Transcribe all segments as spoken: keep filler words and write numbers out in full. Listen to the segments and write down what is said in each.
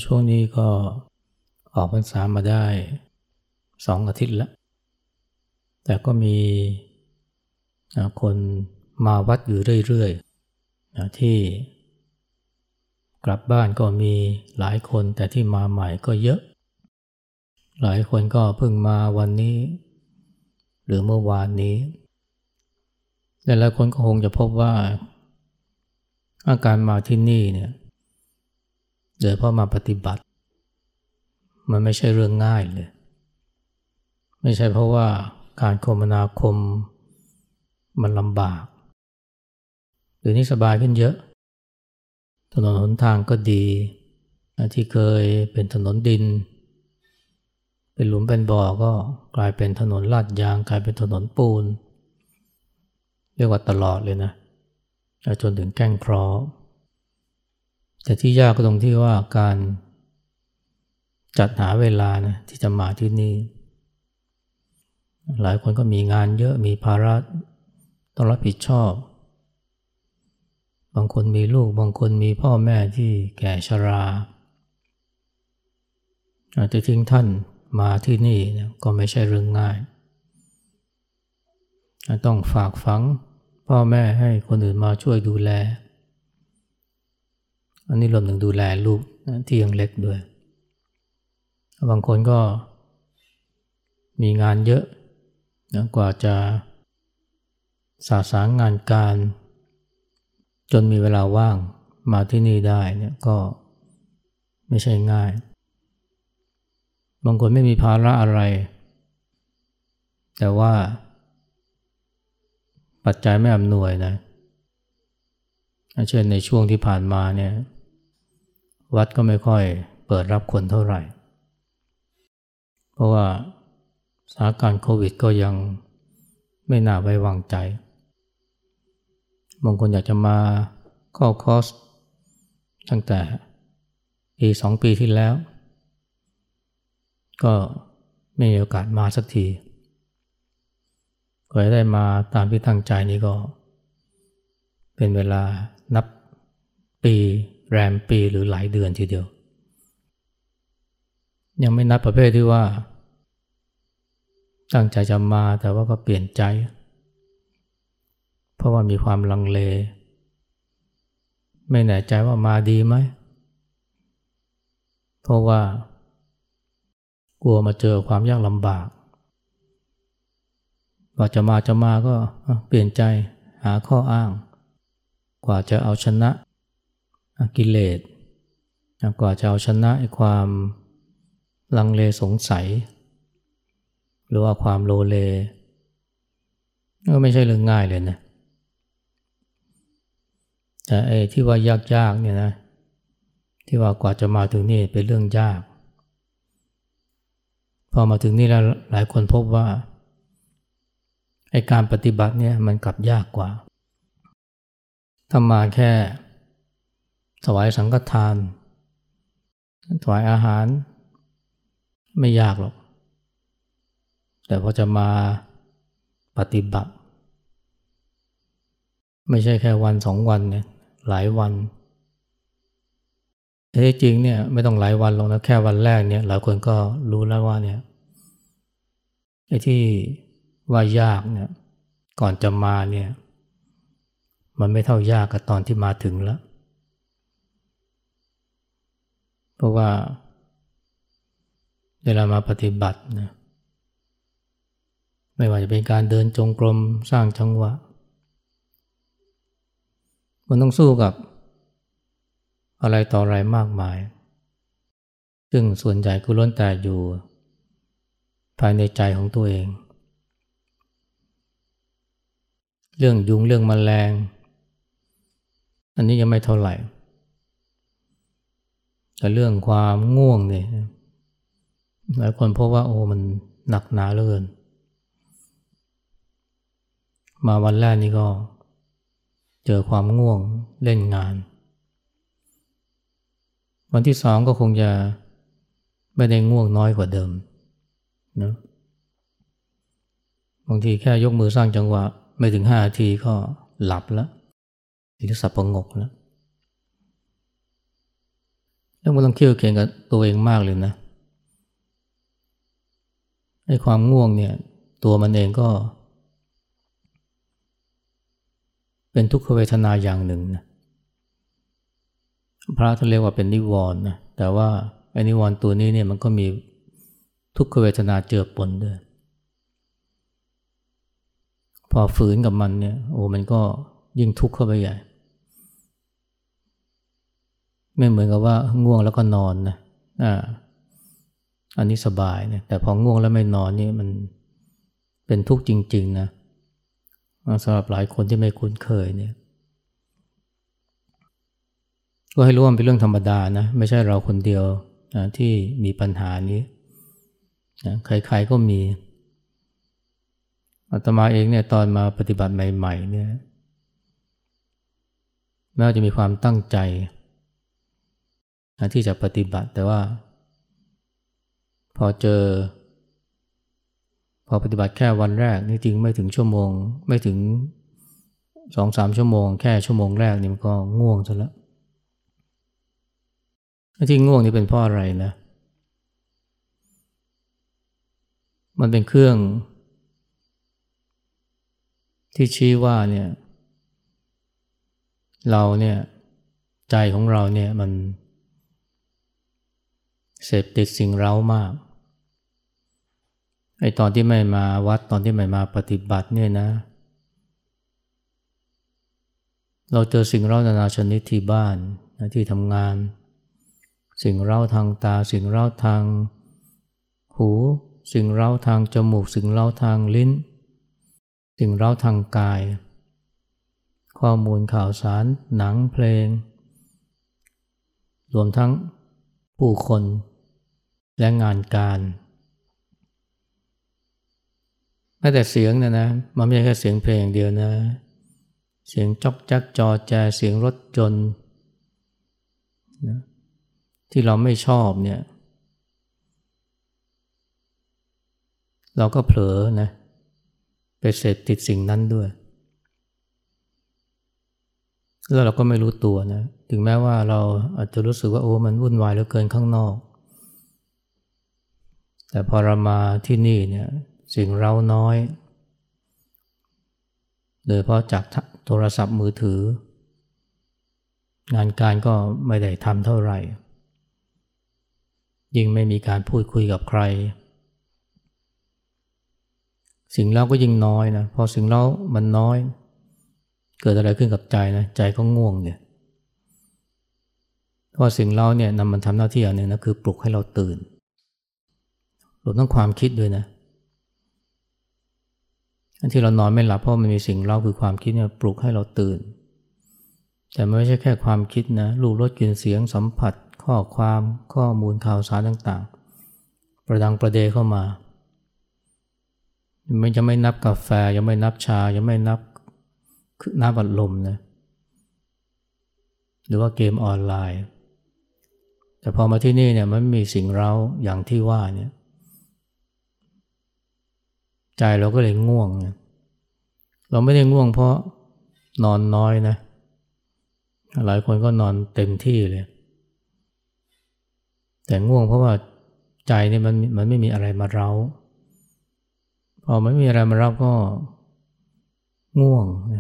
ช่วงนี้ก็ออกพรรษามาได้สองอาทิตย์แล้วแต่ก็มีคนมาวัดอยู่เรื่อยๆที่กลับบ้านก็มีหลายคนแต่ที่มาใหม่ก็เยอะหลายคนก็เพิ่งมาวันนี้หรือเมื่อวานนี้แต่หลายคนก็คงจะพบว่าอาการมาที่นี่เนี่ยโดยเฉพาะมาปฏิบัติมันไม่ใช่เรื่องง่ายเลยไม่ใช่เพราะว่าการคมนาคมมันลำบากเดี๋ยวนี้สบายขึ้นเยอะถนนหนทางก็ดีที่เคยเป็นถนนดินเป็นหลุมเป็นบ่อก็กลายเป็นถนนลาดยางกลายเป็นถนนปูนเรียกว่าตลอดเลยนะจนถึงแก้งเคราะห์แต่ที่ยากก็ตรงที่ว่าการจัดหาเวลานะที่จะมาที่นี่หลายคนก็มีงานเยอะมีภาระต้องรับผิดชอบบางคนมีลูกบางคนมีพ่อแม่ที่แก่ชราอาจจะทิ้งท่านมาที่นี่ก็ไม่ใช่เรื่องง่ายต้องฝากฝังพ่อแม่ให้คนอื่นมาช่วยดูแลอันนี้รวมถึงดูแลลูกที่ยังเล็กด้วยบางคนก็มีงานเยอะนะกว่าจะสาสางงานการจนมีเวลาว่างมาที่นี่ได้เนี่ยก็ไม่ใช่ง่ายบางคนไม่มีภาระอะไรแต่ว่าปัจจัยไม่อำนวยนะเช่นในช่วงที่ผ่านมาเนี่ยวัดก็ไม่ค่อยเปิดรับคนเท่าไหร่เพราะว่าสถานการณ์โควิดก็ยังไม่น่าไว้วางใจบางคนอยากจะมาเข้าคอร์สตั้งแต่ปีสองปีที่แล้วก็ไม่มีโอกาสมาสักทีก็ได้มาตามที่ตั้งใจนี้ก็เป็นเวลานับปีแรมปีหรือหลายเดือนทีเดียวยังไม่นับประเภทที่ว่าตั้งใจจะมาแต่ว่าก็เปลี่ยนใจเพราะว่ามีความลังเลไม่แน่ใจว่ามาดีไหมเพราะว่ากลัวมาเจอความยากลำบากว่าจะมาจะมาก็เปลี่ยนใจหาข้ออ้างกว่าจะเอาชนะกิเลสกว่าจะเอาชนะไอ้ความลังเลสงสัยหรือว่าความโลเลก็ไม่ใช่เรื่องง่ายเลยนะแต่ไอ้ที่ว่ายากๆเนี่ยนะที่ว่ากว่าจะมาถึงนี่เป็นเรื่องยากพอมาถึงนี่แล้วหลายคนพบว่าไอ้การปฏิบัติเนี่ยมันกลับยากกว่าถ้ามาแค่ถวายสังฆทานถวายอาหารไม่ยากหรอกแต่พอจะมาปฏิบัติไม่ใช่แค่วันสองวันเนี่ยหลายวันแต่ที่จริงเนี่ยไม่ต้องหลายวันหรอกนะแค่วันแรกเนี่ยหลายคนก็รู้แล้วว่าเนี่ยไอ้ที่ว่ายากเนี่ยก่อนจะมาเนี่ยมันไม่เท่ายากกับตอนที่มาถึงแล้วเพราะว่าเวลามาปฏิบัตินะไม่ว่าจะเป็นการเดินจงกรมสร้างจังหวะมันต้องสู้กับอะไรต่ออะไรมากมายซึ่งส่วนใหญ่ก็ล้วนแต่อยู่ภายในใจของตัวเองเรื่องยุงเรื่องแมลงอันนี้ยังไม่เท่าไหร่แต่เรื่องความง่วงเนี่ยหลายคนพบว่าโอ้มันหนักหนาเหลือเกินมาวันแรกนี่ก็เจอความง่วงเล่นงานวันที่สองก็คงจะไม่ได้ง่วงน้อยกว่าเดิมนะบางทีแค่ยกมือสร้างจังหวะไม่ถึงห้านาทีก็หลับแล้วหรือสับประงกแล้วแล้วมันต้องเคี่ยวเข็นกับตัวเองมากเลยนะไอ้ความง่วงเนี่ยตัวมันเองก็เป็นทุกขเวทนาอย่างหนึ่งนะพระท่านเรียกว่าเป็นนิวรณ์นะแต่ว่าไอ้นิวรณ์ตัวนี้เนี่ยมันก็มีทุกขเวทนาเจือปนด้วยพอฝืนกับมันเนี่ยโอ้มันก็ยิ่งทุกข์เข้าไปใหญ่ไม่เหมือนกับว่าง่วงแล้วก็นอนนะอ่าอันนี้สบายเนี่ยแต่พอง่วงแล้วไม่นอนนี่มันเป็นทุกข์จริงๆนะสำหรับหลายคนที่ไม่คุ้นเคยเนี่ยก็ให้รู้ว่ามันเป็นเรื่องธรรมดานะไม่ใช่เราคนเดียวนะที่มีปัญหานี้นะใครๆก็มีอาตมาเองเนี่ยตอนมาปฏิบัติใหม่ๆเนี่ยแม้ว่าจะมีความตั้งใจนะที่จะปฏิบัติแต่ว่าพอเจอพอปฏิบัติแค่วันแรกนี่จริงไม่ถึงชั่วโมงไม่ถึง สองถึงสาม ชั่วโมงแค่ชั่วโมงแรกนี่มันก็ง่วงซะแล้วที่ง่วงนี่เป็นเพราะอะไรนะมันเป็นเครื่องที่ชี้ว่าเนี่ยเราเนี่ยใจของเราเนี่ยมันเสพติดสิ่งเร้ามากไอ้ตอนที่ไม่มาวัดตอนที่ไม่มาปฏิบัติเนี่ยนะเราเจอสิ่งเร้านานาชนิดที่บ้านที่ทำงานสิ่งเร้าทางตาสิ่งเร้าทางหูสิ่งเร้าทางจมูกสิ่งเร้าทางลิ้นสิ่งเร้าทางกายข้อมูลข่าวสารหนังเพลงรวมทั้งผู้คนและงานการแม้แต่เสียงนะนะมันไม่ใช่แค่เสียงเพลงอย่างเดียวนะเสียงจ๊อกจักจอแจเสียงรถยนต์นะที่เราไม่ชอบเนี่ยเราก็เผลอนะไปเสพติดสิ่งนั้นด้วยแล้วเราก็ไม่รู้ตัวนะถึงแม้ว่าเราอาจจะรู้สึกว่าโอ้มันวุ่นวายเหลือเกินข้างนอกแต่พอเรามาที่นี่เนี่ยสิ่งเร้าน้อยโดยเฉพาะจากโทรศัพท์มือถืองานการก็ไม่ได้ทำเท่าไหร่ยิ่งไม่มีการพูดคุยกับใครสิ่งเล่าก็ยิ่งน้อยนะพอสิ่งเล่ามันน้อยเกิดอะไรขึ้นกับใจนะใจก็ง่วงเนี่ยเพราะสิ่งเล่าเนี่ยนำมันทำหน้าที่อย่างหนึ่งนะคือปลุกให้เราตื่นรวมทั้งความคิดด้วยนะอันที่เรานอนไม่หลับเพราะมันมีสิ่งเล่าคือความคิดเนี่ยปลุกให้เราตื่นแต่ไม่ใช่แค่ความคิดนะรูปรสกลิ่นเสียงสัมผัสข้อความข้อมูลข่าวสารต่างๆประดังประเดเข้ามามันจะไม่นับกาแฟยังไม่นับชายังไม่นับน้ำอัดลมนะหรือว่าเกมออนไลน์แต่พอมาที่นี่เนี่ยมันมีสิ่งเร้าอย่างที่ว่าเนี่ยใจเราก็เลยง่วงนะเราไม่ได้ง่วงเพราะนอนน้อยนะหลายคนก็นอนเต็มที่เลยแต่ง่วงเพราะว่าใจนี่มันมันไม่มีอะไรมาเร้าพอไม่มีอะไรมาเร้าก็ง่วงนะ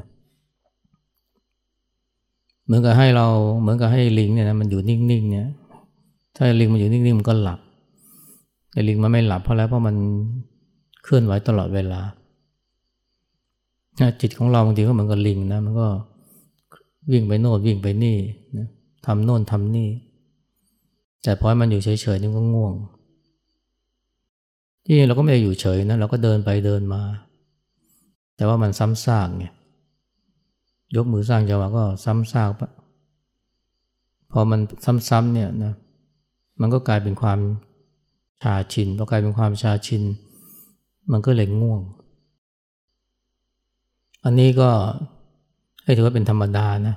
เหมือนกับให้เราเหมือนกับให้ลิงเนี่ยนะมันอยู่นิ่งๆเนี่ยถ้าลิงมันอยู่นิ่งๆมันก็หลับแต่ลิงมันไม่หลับเพราะแล้วเพราะมันเคลื่อนไหวตลอดเวลาจิตของเราบางทีก็เหมือนกับลิงนะมันก็วิ่งไปโน่นวิ่งไปนี่นะทำโน่นทำนี่แต่พอให้มันอยู่เฉยๆนี่ก็ง่วงที่เราก็ไม่ได้อยู่เฉยนะเราก็เดินไปเดินมาแต่ว่ามันซ้ำซากไงยกมือสร้างจังหวะก็ซ้ำซากปะพอมันซ้ำๆเนี่ยนะมันก็กลายเป็นความชาชินพอกลายเป็นความชาชินมันก็เลยง่วงอันนี้ก็ให้ถือว่าเป็นธรรมดานะ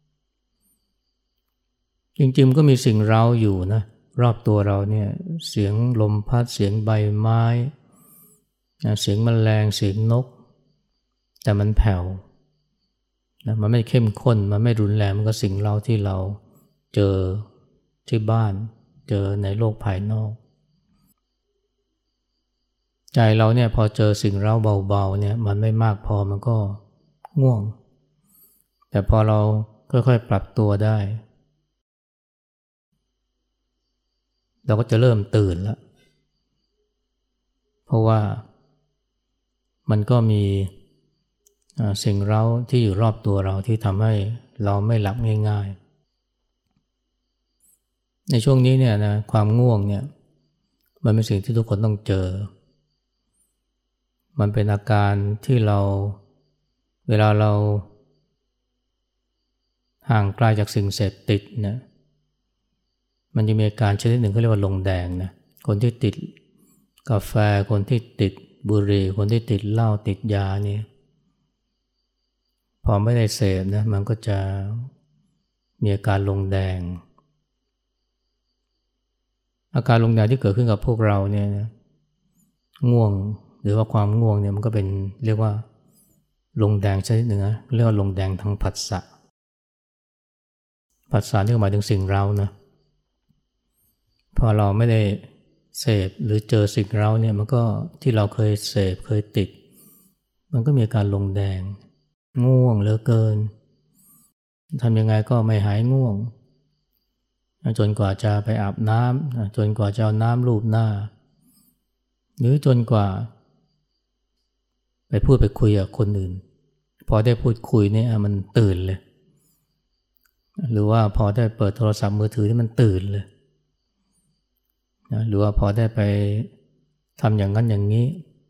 จริงๆมันก็มีสิ่งเร้าอยู่นะรอบตัวเราเนี่ยเสียงลมพัดเสียงใบไม้เสียงแมลงเสียงนกแต่มันแผ่วนะมันไม่เข้มข้นมันไม่รุนแรงมันก็สิ่งเร้าที่เราเจอที่บ้านเจอในโลกภายนอกใจเราเนี่ยพอเจอสิ่งเร้าเบาๆเนี่ยมันไม่มากพอมันก็ง่วงแต่พอเราค่อยๆปรับตัวได้เราก็จะเริ่มตื่นแล้วเพราะว่ามันก็มีสิ่งเร้าที่อยู่รอบตัวเราที่ทำให้เราไม่หลับง่ายๆในช่วงนี้เนี่ยนะความง่วงเนี่ยมันเป็นสิ่งที่ทุกคนต้องเจอมันเป็นอาการที่เราเวลาเราห่างไกลจากสิ่งเสพติดนะมันจะมีอาการชนิดหนึ่งเขาเรียกว่าลงแดงนะคนที่ติดกาแฟคนที่ติดบุหรี่คนที่ติดเหล้าติดยานี่พอไม่ได้เสพนะมันก็จะมีอาการลงแดงอาการลงแดงที่เกิดขึ้นกับพวกเราเนี่ยนะง่วงหรือว่าความง่วงเนี่ยมันก็เป็นเรียกว่าลงแดงชนิดหนึ่งนะเรียกว่าลงแดงทางผัสสะผัสสะนี่หมายถึงสิ่งเร้านะพอเราไม่ได้เสพหรือเจอสิ่งเร้าเนี่ยมันก็ที่เราเคยเสพเคยติดมันก็มีอาการลงแดงง่วงเหลือเกินทำยังไงก็ไม่หายง่วงจนกว่าจะไปอาบน้ำจนกว่าจะเอาน้ำลูบหน้าหรือจนกว่าไปพูดไปคุยกับคนอื่นพอได้พูดคุยเนี่ยมันตื่นเลยหรือว่าพอได้เปิดโทรศัพท์มือถือที่มันตื่นเลยนะหรือว่าพอได้ไปทำอย่างนั้นอย่างนี้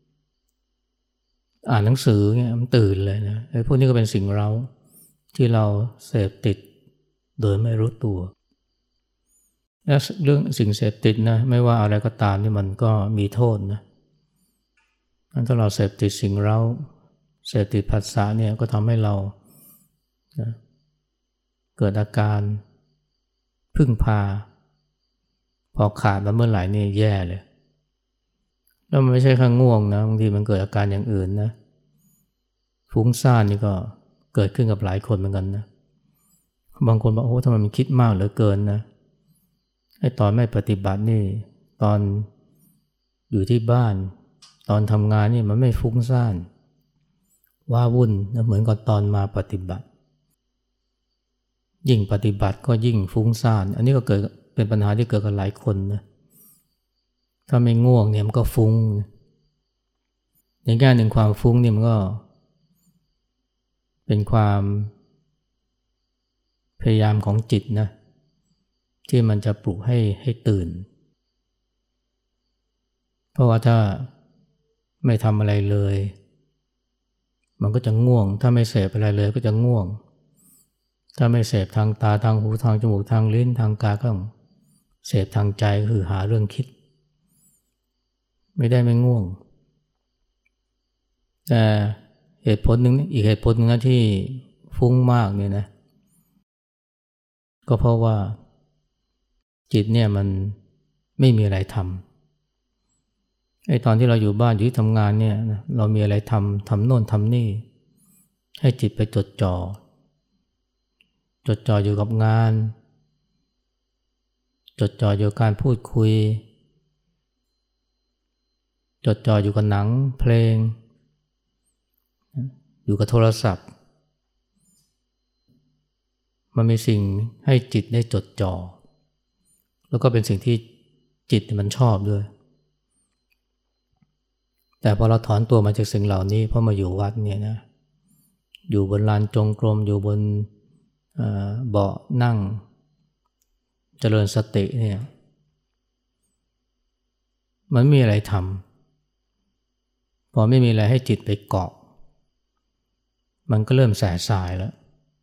อ่านหนังสือเนี่ยมันตื่นเลยนะไอ้พวกนี้ก็เป็นสิ่งเร้าที่เราเสพติดโดยไม่รู้ตัวและเรื่องสิ่งเสพติดนะไม่ว่าอะไรก็ตามนี่มันก็มีโทษนะถ้าเราเสพติดสิ่งเร้าเสพติดผัสสะเนี่ยก็ทำให้เรานะเกิดอาการพึ่งพาพอขาดมาเมื่อไหร่นี่แย่เลยแล้วมันไม่ใช่แค่ง่วงนะบางทีมันเกิดอาการอย่างอื่นนะฟุ้งซ่านนี่ก็เกิดขึ้นกับหลายคนเหมือนกันนะบางคนบอกโอ้ทำไมมันคิดมากเหลือเกินนะไอ้ตอนไม่ปฏิบัตินี่ตอนอยู่ที่บ้านตอนทำงานนี่มันไม่ฟุ้งซ่านว้าวุ่นนะเหมือนกับตอนมาปฏิบัติยิ่งปฏิบัติก็ยิ่งฟุ้งซ่านอันนี้ก็เกิดเป็นปัญหาที่เกิดกับหลายคนนะถ้าไม่ง่วงเนี่ยมันก็ฟุ้งในแง่หนึ่งความฟุ้งนี่มันก็เป็นความพยายามของจิตนะที่มันจะปลุกให้ให้ตื่นเพราะว่าถ้าไม่ทำอะไรเลยมันก็จะง่วงถ้าไม่เสพอะไรเลยก็จะง่วงถ้าไม่เสพทางตาทางหูทางจมูกทางลิ้นทางกายก็เสพทางใจคือหาเรื่องคิดไม่ได้ไม่ง่วงแต่เหตุผลหนึ่งอีกเหตุผลหนึ่งนะที่ฟุ้งมากเนี่ยนะก็เพราะว่าจิตเนี่ยมันไม่มีอะไรทำไอ้ตอนที่เราอยู่บ้านอยู่ที่ทำงานเนี่ยเรามีอะไรทำทำโน่นทำนี่ให้จิตไปจดจ่อจดจ่ออยู่กับงานจดจ่ออยู่กับการพูดคุยจดจ่ออยู่กับหนังเพลงอยู่กับโทรศัพท์มันมีสิ่งให้จิตได้จดจ่อแล้วก็เป็นสิ่งที่จิตมันชอบด้วยแต่พอเราถอนตัวมาจากสิ่งเหล่านี้เพราะมาอยู่วัดเนี่ยนะอยู่บนลานจงกรมอยู่บนเบาะนั่งเจริญสติเนี่ยมันไม่มีอะไรทำพอไม่มีอะไรให้จิตไปเกาะมันก็เริ่มแส่สายแล้ว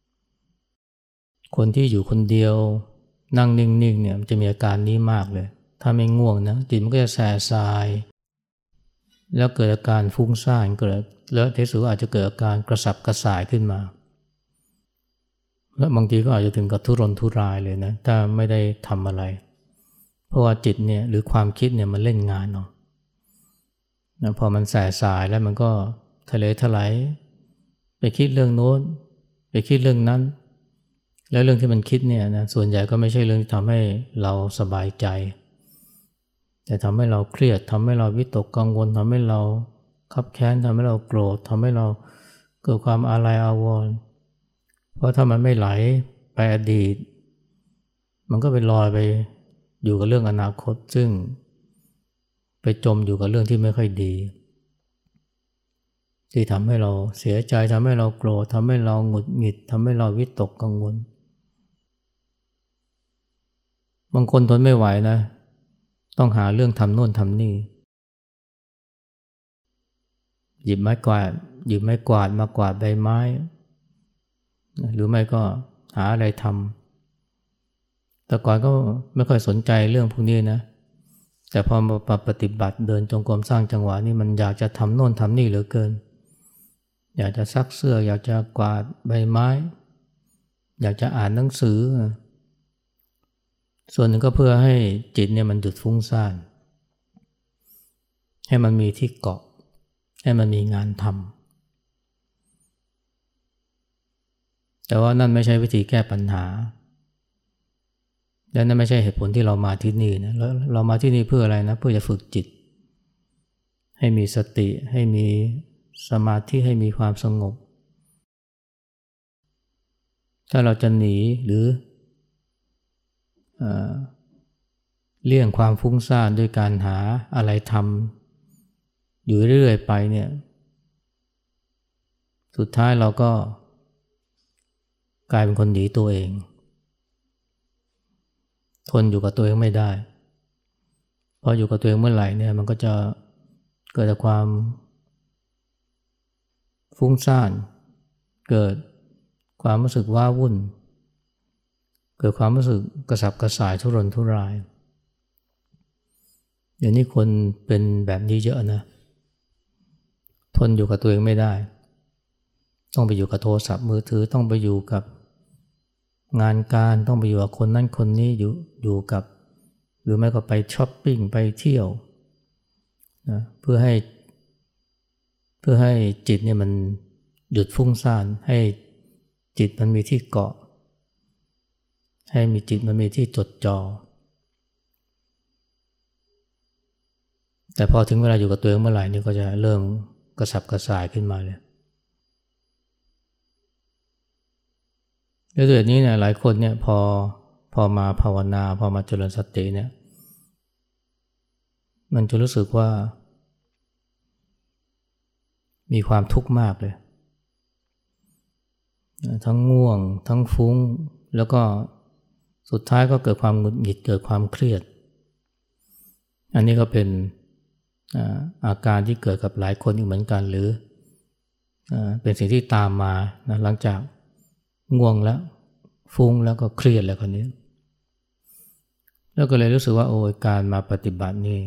คนที่อยู่คนเดียวนั่งนิ่งๆเนี่ยมันจะมีอาการนี้มากเลยถ้าไม่ง่วงนะจิตมันก็จะแส่สายแล้วเกิดอาการฟุ้งซ่านเกิดแล้วที่สุดอาจจะเกิดอาการกระสับกระส่ายขึ้นมาและบางทีก็อาจจะถึงกับทุรนทุรายเลยนะถ้าไม่ได้ทำอะไรเพราะว่าจิตเนี่ยหรือความคิดเนี่ยมันเล่นงานเนาะนะพอมันแส่สายแล้วมันก็ทะเลถลายไปคิดเรื่องโน้นไปคิดเรื่องนั้นแล้วเรื่องที่มันคิดเนี่ยนะส่วนใหญ่ก็ไม่ใช่เรื่องที่ทำให้เราสบายใจแต่ทำให้เราเครียดทำให้เราวิตกกังวลทำให้เราคับแค้นทำให้เราโกรธทำให้เราเกิดความอาลัยอาวรณ์เพราะถ้ามันไม่ไหลไปอดีตมันก็ไปลอยไปอยู่กับเรื่องอนาคตซึ่งไปจมอยู่กับเรื่องที่ไม่ค่อยดีที่ทำให้เราเสียใจทำให้เราโกรธทำให้เราหงุดหงิดทำให้เราวิตกกังวลบางคนทนไม่ไหวนะต้องหาเรื่องทำโน่นทำนี่หยิบไม้กวาดหยิบไม้กวาดมากวาดใบไม้หรือไม่ก็หาอะไรทำแต่ก่อนก็ไม่ค่อยสนใจเรื่องพวกนี้นะแต่พอมาปฏิบัติเดินจงกรมสร้างจังหวะนี่มันอยากจะทำโน่นทำนี่เหลือเกินอยากจะซักเสื้ออยากจะกวาดใบไม้อยากจะอ่านหนังสือส่วนหนึ่งก็เพื่อให้จิตเนี่ยมันหยุดฟุ้งซ่านให้มันมีที่เกาะให้มันมีงานทำแต่ว่านั่นไม่ใช่วิธีแก้ปัญหาและนั่นไม่ใช่เหตุผลที่เรามาที่นี่นะแล้วเรามาที่นี่เพื่ออะไรนะเพื่อจะฝึกจิตให้มีสติให้มีสมาธิให้มีความสงบถ้าเราจะหนีหรือเอ่อเลี่ยงความฟุ้งซ่านด้วยการหาอะไรทำอยู่เรื่อยๆไปเนี่ยสุดท้ายเราก็กลายเป็นคนหนีตัวเองทนอยู่กับตัวเองไม่ได้พออยู่กับตัวเองเมื่อไหร่เนี่ยมันก็จะเกิดจากความฟุ้งซ่านเกิดความรู้สึกว้าวุ่นเกิดความรู้สึกกระสับกระส่ายทุรนทุรายเดี๋ยวนี้คนเป็นแบบนี้เยอะนะทนอยู่กับตัวเองไม่ได้ต้องไปอยู่กับโทรศัพท์มือถือต้องไปอยู่กับงานการต้องไปอยู่กับคนนั้นคนนี้อยู่อยู่กับหรือไม่ก็ไปช้อปปิ้งไปเที่ยวนะเพื่อให้เพื่อให้จิตเนี่ยมันหยุดฟุ้งซ่านให้จิตมันมีที่เกาะให้มีจิตมันมีที่จดจ่อแต่พอถึงเวลาอยู่กับตัวเองเมื่อไหร่นี่ก็จะเริ่มกระสับกระส่ายขึ้นมาเลยด้วยเหตุนี้เนี่ยหลายคนเนี่ยพอพอมาภาวนาพอมาเจริญสติเนี่ยมันจะรู้สึกว่ามีความทุกข์มากเลยทั้งง่วงทั้งฟุ้งแล้วก็สุดท้ายก็เกิดความหงุดหงิดเกิดความเครียดอันนี้ก็เป็นอาการที่เกิดกับหลายคนอีกเหมือนกันหรือเป็นสิ่งที่ตามมานะหลังจากง่วงแล้วฟุ้งแล้วก็เครียดแล้วคนนี้แล้วก็เลยรู้สึกว่าโอ้ยการมาปฏิบัตินี่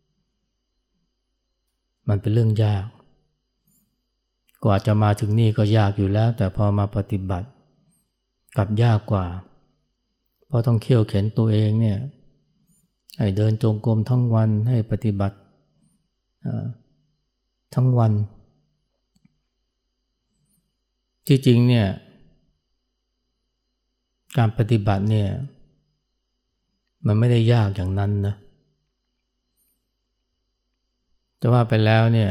มันเป็นเรื่องยากกว่าจะมาถึงนี่ก็ยากอยู่แล้วแต่พอมาปฏิบัติกลับยากกว่าเพราะต้องเขี่ยวเข็นตัวเองเนี่ยให้เดินจงกรมทั้งวันให้ปฏิบัติทั้งวันที่จริงเนี่ยการปฏิบัติเนี่ยมันไม่ได้ยากอย่างนั้นนะแต่ว่าไปแล้วเนี่ย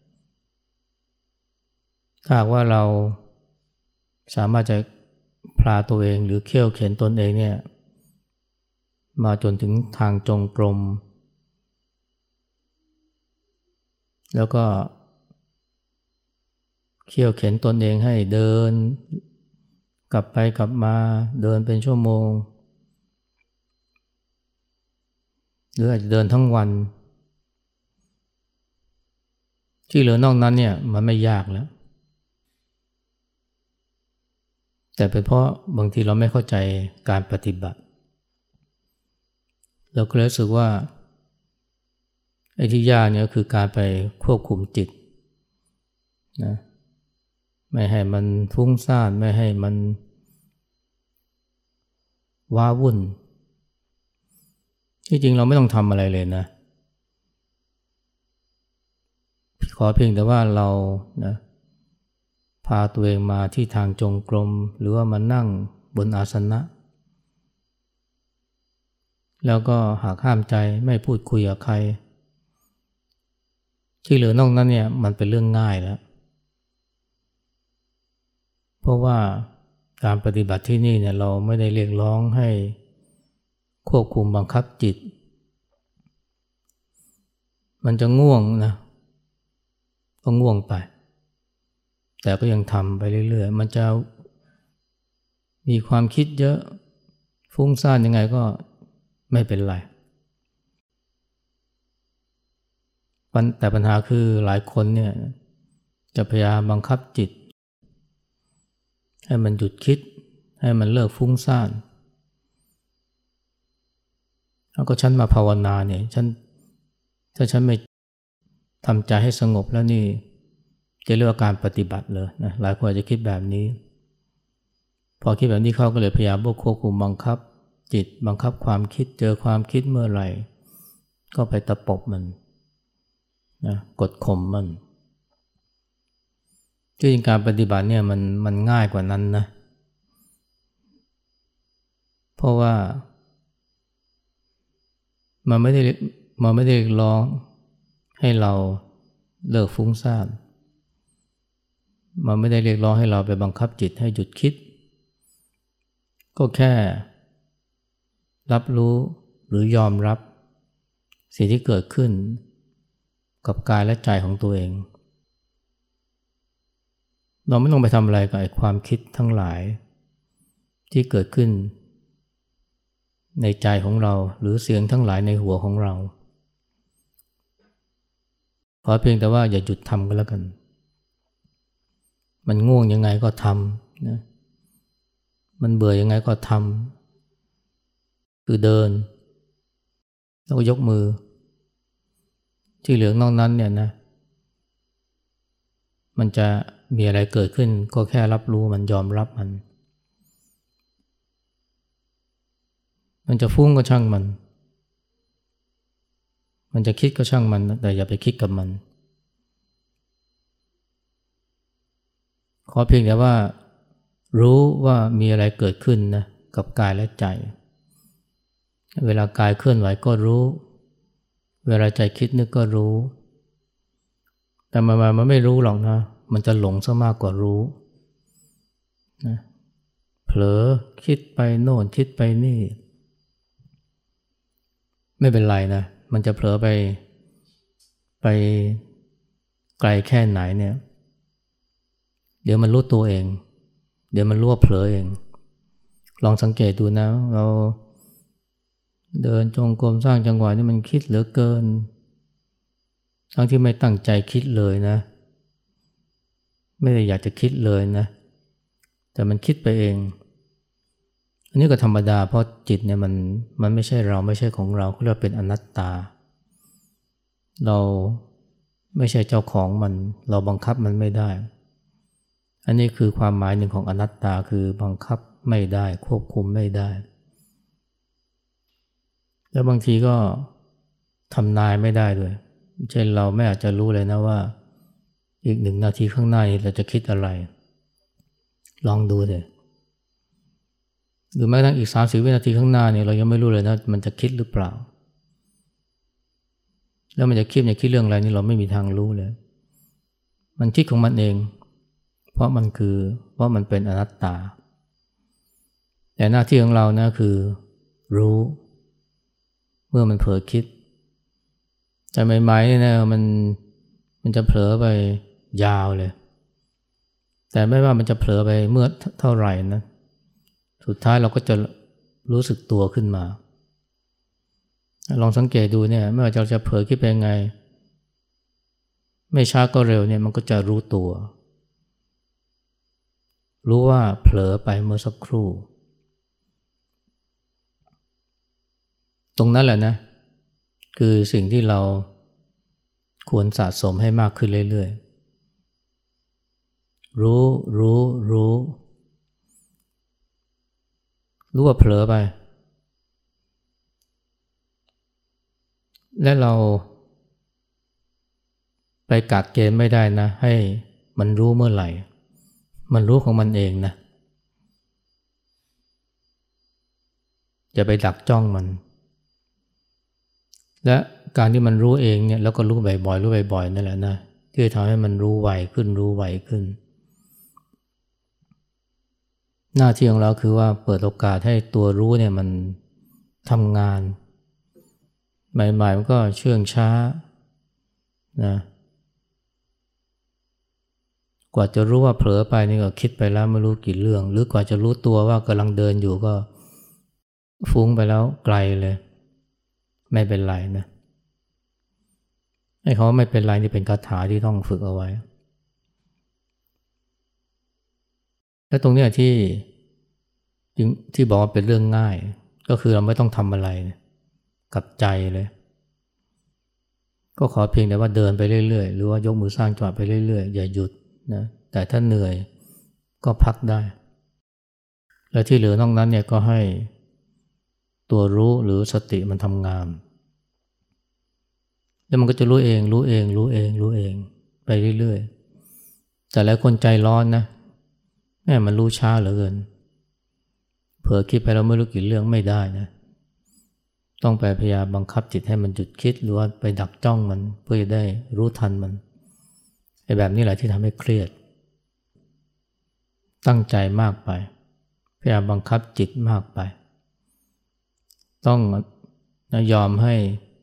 ถ้าว่าเราสามารถจะพาตัวเองหรือเขี่ยวเข็นตนเองเนี่ยมาจนถึงทางจงกรมแล้วก็เขี่ยวเข็นตนเองให้เดินกลับไปกลับมาเดินเป็นชั่วโมงหรืออาจจะเดินทั้งวันที่เหลือนอกนั้นเนี่ยมันไม่ยากแล้วแต่เป็นเพราะบางทีเราไม่เข้าใจการปฏิบัติเราก็เลยรู้สึกว่าไอ้ที่ยากเนี่ยคือการไปควบคุมจิตนะไม่ให้มันฟุ้งซ่านไม่ให้มันว้าวุ่นที่จริงเราไม่ต้องทำอะไรเลยนะขอเพียงแต่ว่าเรานะพาตัวเองมาที่ทางจงกรมหรือว่ามานั่งบนอาสนะแล้วก็หากห้ามใจไม่พูดคุยกับใครที่เหลือนอกนั้นเนี่ยมันเป็นเรื่องง่ายแล้วเพราะว่าการปฏิบัติที่นี่เนี่ยเราไม่ได้เรียกร้องให้ควบคุมบังคับจิตมันจะง่วงนะก็ง่วงไปแต่ก็ยังทำไปเรื่อยๆมันจะมีความคิดเยอะฟุ้งซ่านยังไงก็ไม่เป็นไรแต่ปัญหาคือหลายคนเนี่ยจะพยายามบังคับจิตให้มันหยุดคิดให้มันเลิกฟุ้งซ่านแล้วก็ฉันมาภาวนาเนี่ยฉันถ้าฉันไม่ทำใจให้สงบแล้วนี่จะเรียกว่าการปฏิบัติเลยนะหลายคนอาจจะคิดแบบนี้พอคิดแบบนี้เขาก็เลยพยายามควบคุมบังคับจิตบังคับความคิดเจอความคิดเมื่อไหร่ก็ไปตะปบมันนะกดข่มมันที่จริงการปฏิบัติเนี่ยมันมันง่ายกว่านั้นนะเพราะว่ามันไม่ได้มันไม่ได้ร้องให้เราเลิกฟุ้งซ่านมันไม่ได้เรียกร้องให้เราไปบังคับจิตให้หยุดคิดก็แค่รับรู้หรือยอมรับสิ่งที่เกิดขึ้นกับกายและใจของตัวเองเราไม่ต้องไปทำอะไรกับไอ้ความคิดทั้งหลายที่เกิดขึ้นในใจของเราหรือเสียงทั้งหลายในหัวของเราขอเพียงแต่ว่าอย่าหยุดทำก็แล้วกันมันง่วงยังไงก็ทำนะมันเบื่อยังไงก็ทำคือเดินแล้วก็ยกมือที่เหลือนอกนั้นเนี่ยนะมันจะมีอะไรเกิดขึ้นก็แค่รับรู้มันยอมรับมันมันจะฟุ้งก็ช่างมันมันจะคิดก็ช่างมันแต่อย่าไปคิดกับมันขอเพียงแต่ว่ารู้ว่ามีอะไรเกิดขึ้นนะกับกายและใจเวลากายเคลื่อนไหวก็รู้เวลาใจคิดนึกก็รู้แต่มันมันไม่รู้หรอกนะมันจะหลงซะมากกว่ารู้นะเผลอคิดไปโน่นคิดไปนี่ไม่เป็นไรนะมันจะเผลอไปไปไกลแค่ไหนเนี่ยเดี๋ยวมันรู้ตัวเองเดี๋ยวมันรู้ว่าเผลอเองลองสังเกตดูนะเราเดินจงกรมสร้างจังหวะนี่มันคิดเหลือเกินทั้งที่ไม่ตั้งใจคิดเลยนะไม่ได้อยากจะคิดเลยนะแต่มันคิดไปเองอันนี้ก็ธรรมดาเพราะจิตเนี่ยมันมันไม่ใช่เราไม่ใช่ของเราเขาเรียกเป็นอนัตตาเราไม่ใช่เจ้าของมันเราบังคับมันไม่ได้อันนี้คือความหมายหนึ่งของอนัตตาคือบังคับไม่ได้ควบคุมไม่ได้แล้วบางทีก็ทำนายไม่ได้ด้วยเช่นเราไม่อาจจะรู้เลยนะว่าอีกหนึ่งนาทีข้างหน้าเราจะคิดอะไรลองดูเลยหรือแม้กระทั่งอีกสามสิบวินาทีข้างหน้าเนี่ยเรายังไม่รู้เลยนะมันจะคิดหรือเปล่าแล้วมันจะคิดเนี่ยคิดเรื่องอะไรนี่เราไม่มีทางรู้เลยมันคิดของมันเองเพราะมันคือเพราะมันเป็นอนัตตาแต่หน้าที่ของเรานะคือรู้เมื่อมันเผลอคิดแต่ใหม่ๆเนี่ยนะมันมันจะเผลอไปยาวเลยแต่ไม่ว่ามันจะเผลอไปเมื่อเท่าไหร่นะสุดท้ายเราก็จะรู้สึกตัวขึ้นมาลองสังเกตดูเนี่ยไม่ว่าเราจะเผลอคิดไปยังไงไม่ช้าก็เร็วเนี่ยมันก็จะรู้ตัวรู้ว่าเผลอไปเมื่อสักครู่ตรงนั้นแหละนะคือสิ่งที่เราควรสะสมให้มากขึ้นเรื่อยๆรู้รู้รู้รู้ว่าเผลอไปและเราไปกักเกณฑ์ไม่ได้นะให้มันรู้เมื่อไหร่มันรู้ของมันเองนะอย่าไปดักจ้องมันและการที่มันรู้เองเนี่ยแล้วก็รู้บ่อยๆรู้บ่อยๆนั่นแหละนะที่จะทำให้มันรู้ไวขึ้นรู้ไวขึ้นหน้าที่ของเราคือว่าเปิดโอกาสให้ตัวรู้เนี่ยมันทำงานใหม่ๆมันก็เชื่องช้านะกว่าจะรู้ว่าเผลอไปนี่ก็คิดไปแล้วไม่รู้กี่เรื่องหรือกว่าจะรู้ตัวว่ากำลังเดินอยู่ก็ฟุ้งไปแล้วไกลเลยไม่เป็นไรนะไอ้เขาไม่เป็นไรนี่เป็นคาถาที่ต้องฝึกเอาไว้และตรงนี้ที่ที่บอกว่าเป็นเรื่องง่ายก็คือเราไม่ต้องทำอะไรกับใจเลยก็ขอเพียงแต่ว่าเดินไปเรื่อยๆหรือว่ายกมือสร้างจังหวะไปเรื่อยๆอย่าหยุดนะแต่ถ้าเหนื่อยก็พักได้และที่เหลือนอกนั้นเนี่ยก็ให้ตัวรู้หรือสติมันทำงานแล้วมันก็จะรู้เองรู้เองรู้เองรู้เองไปเรื่อยๆแต่หลายคนใจร้อนนะแม่มันรู้ช้าเหลือเกินเผลอคิดไปแล้วไม่รู้กี่เรื่องไม่ได้นะต้องไปพยายามบังคับจิตให้มันหยุดคิดหรือว่าไปดักจ้องมันเพื่อจะได้รู้ทันมันไอ้แบบนี้แหละที่ทำให้เครียดตั้งใจมากไปพยายามบังคับจิตมากไปต้องยอมให้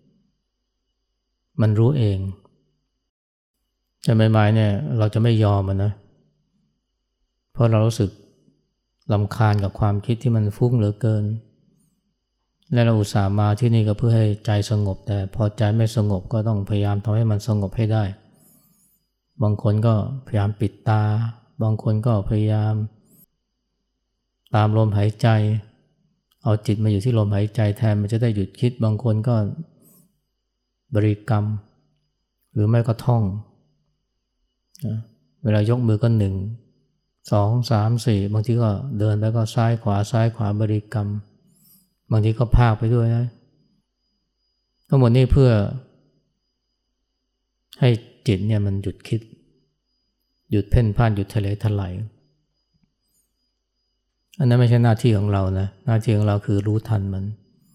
มันรู้เองแต่ใหม่ๆเนี่ยเราจะไม่ยอมมันนะเพราะเรารู้สึกรำคาญกับความคิดที่มันฟุ้งเหลือเกินและเราอุตส่าห์มาที่นี่ก็เพื่อให้ใจสงบแต่พอใจไม่สงบก็ต้องพยายามทำให้มันสงบให้ได้บางคนก็พยายามปิดตาบางคนก็พยายามตามลมหายใจเอาจิตมาอยู่ที่ลมหายใจแทนมันจะได้หยุดคิดบางคนก็บริกรรมหรือไม่ก็ท่องเวลายกมือก็หนึ่งสองสามสี่บางทีก็เดินไปก็ซ้ายขวาซ้ายขวาบริกรรมบางทีก็พากไปด้วยนะทั้งหมดนี้เพื่อให้จิตเนี่ยมันหยุดคิดหยุดเพ่นพ่านหยุดทะเลทลายอันนั้นไม่ใช่หน้าที่ของเรานะหน้าที่ของเราคือรู้ทันมัน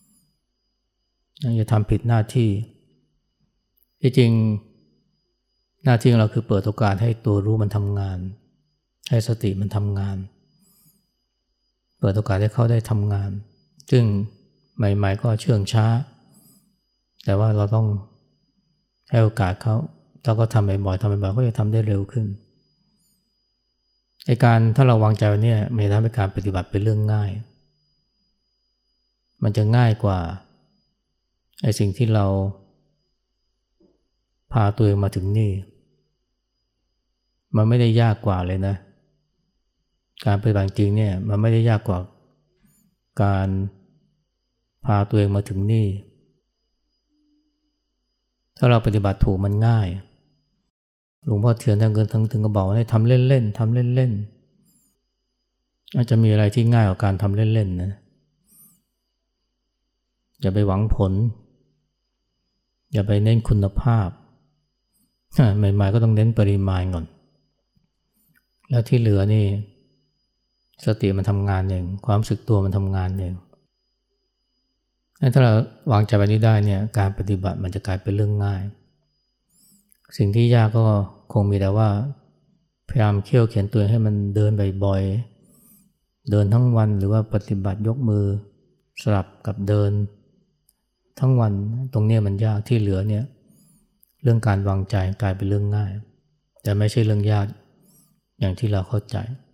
อย่าทำผิดหน้าที่ที่จริงหน้าที่ของเราคือเปิดโอกาสให้ตัวรู้มันทำงานให้สติมันทำงานเปิดโอกาสให้เขาได้ทำงานซึ่งใหม่ๆก็เชื่องช้าแต่ว่าเราต้องให้โอกาสเขาถ้าเขาทำบ่อยๆทำบ่อยๆก็จะทำได้เร็วขึ้นไอ้การถ้าเราวางใจไว้เนี่ยมันจะทำให้การปฏิบัติเป็นเรื่องง่ายมันจะง่ายกว่าไอ้สิ่งที่เราพาตัวเองมาถึงนี่มันไม่ได้ยากกว่าเลยนะการปฏิบัติจริงเนี่ยมันไม่ได้ยากกว่าการพาตัวเองมาถึงนี่ถ้าเราปฏิบัติถูกมันง่ายหลวงพ่อเทียนท่านเกินทั้งถึงก็บอกให้ทำเล่นๆทำเล่นๆอาจจะมีอะไรที่ง่ายกว่าการทำเล่นๆนะอย่าไปหวังผลอย่าไปเน้นคุณภาพใหม่ๆก็ต้องเน้นปริมาณก่อนแล้วที่เหลือนี่สติมันทำงานเองความรู้สึกตัวมันทำงานเองถ้าเราวางใจแบบนี้ได้เนี่ยการปฏิบัติมันจะกลายเป็นเรื่องง่ายสิ่งที่ยากก็คงมีแต่ว่าพยายามเคี่ยวเขียนตัวให้มันเดินบ่อยๆเดินทั้งวันหรือว่าปฏิบัติยกมือสลับกับเดินทั้งวันตรงนี้มันยากที่เหลือเนี่ยเรื่องการวางใจกลายเป็นเรื่องง่ายแต่ไม่ใช่เรื่องยากอย่างที่เราเข้าใจ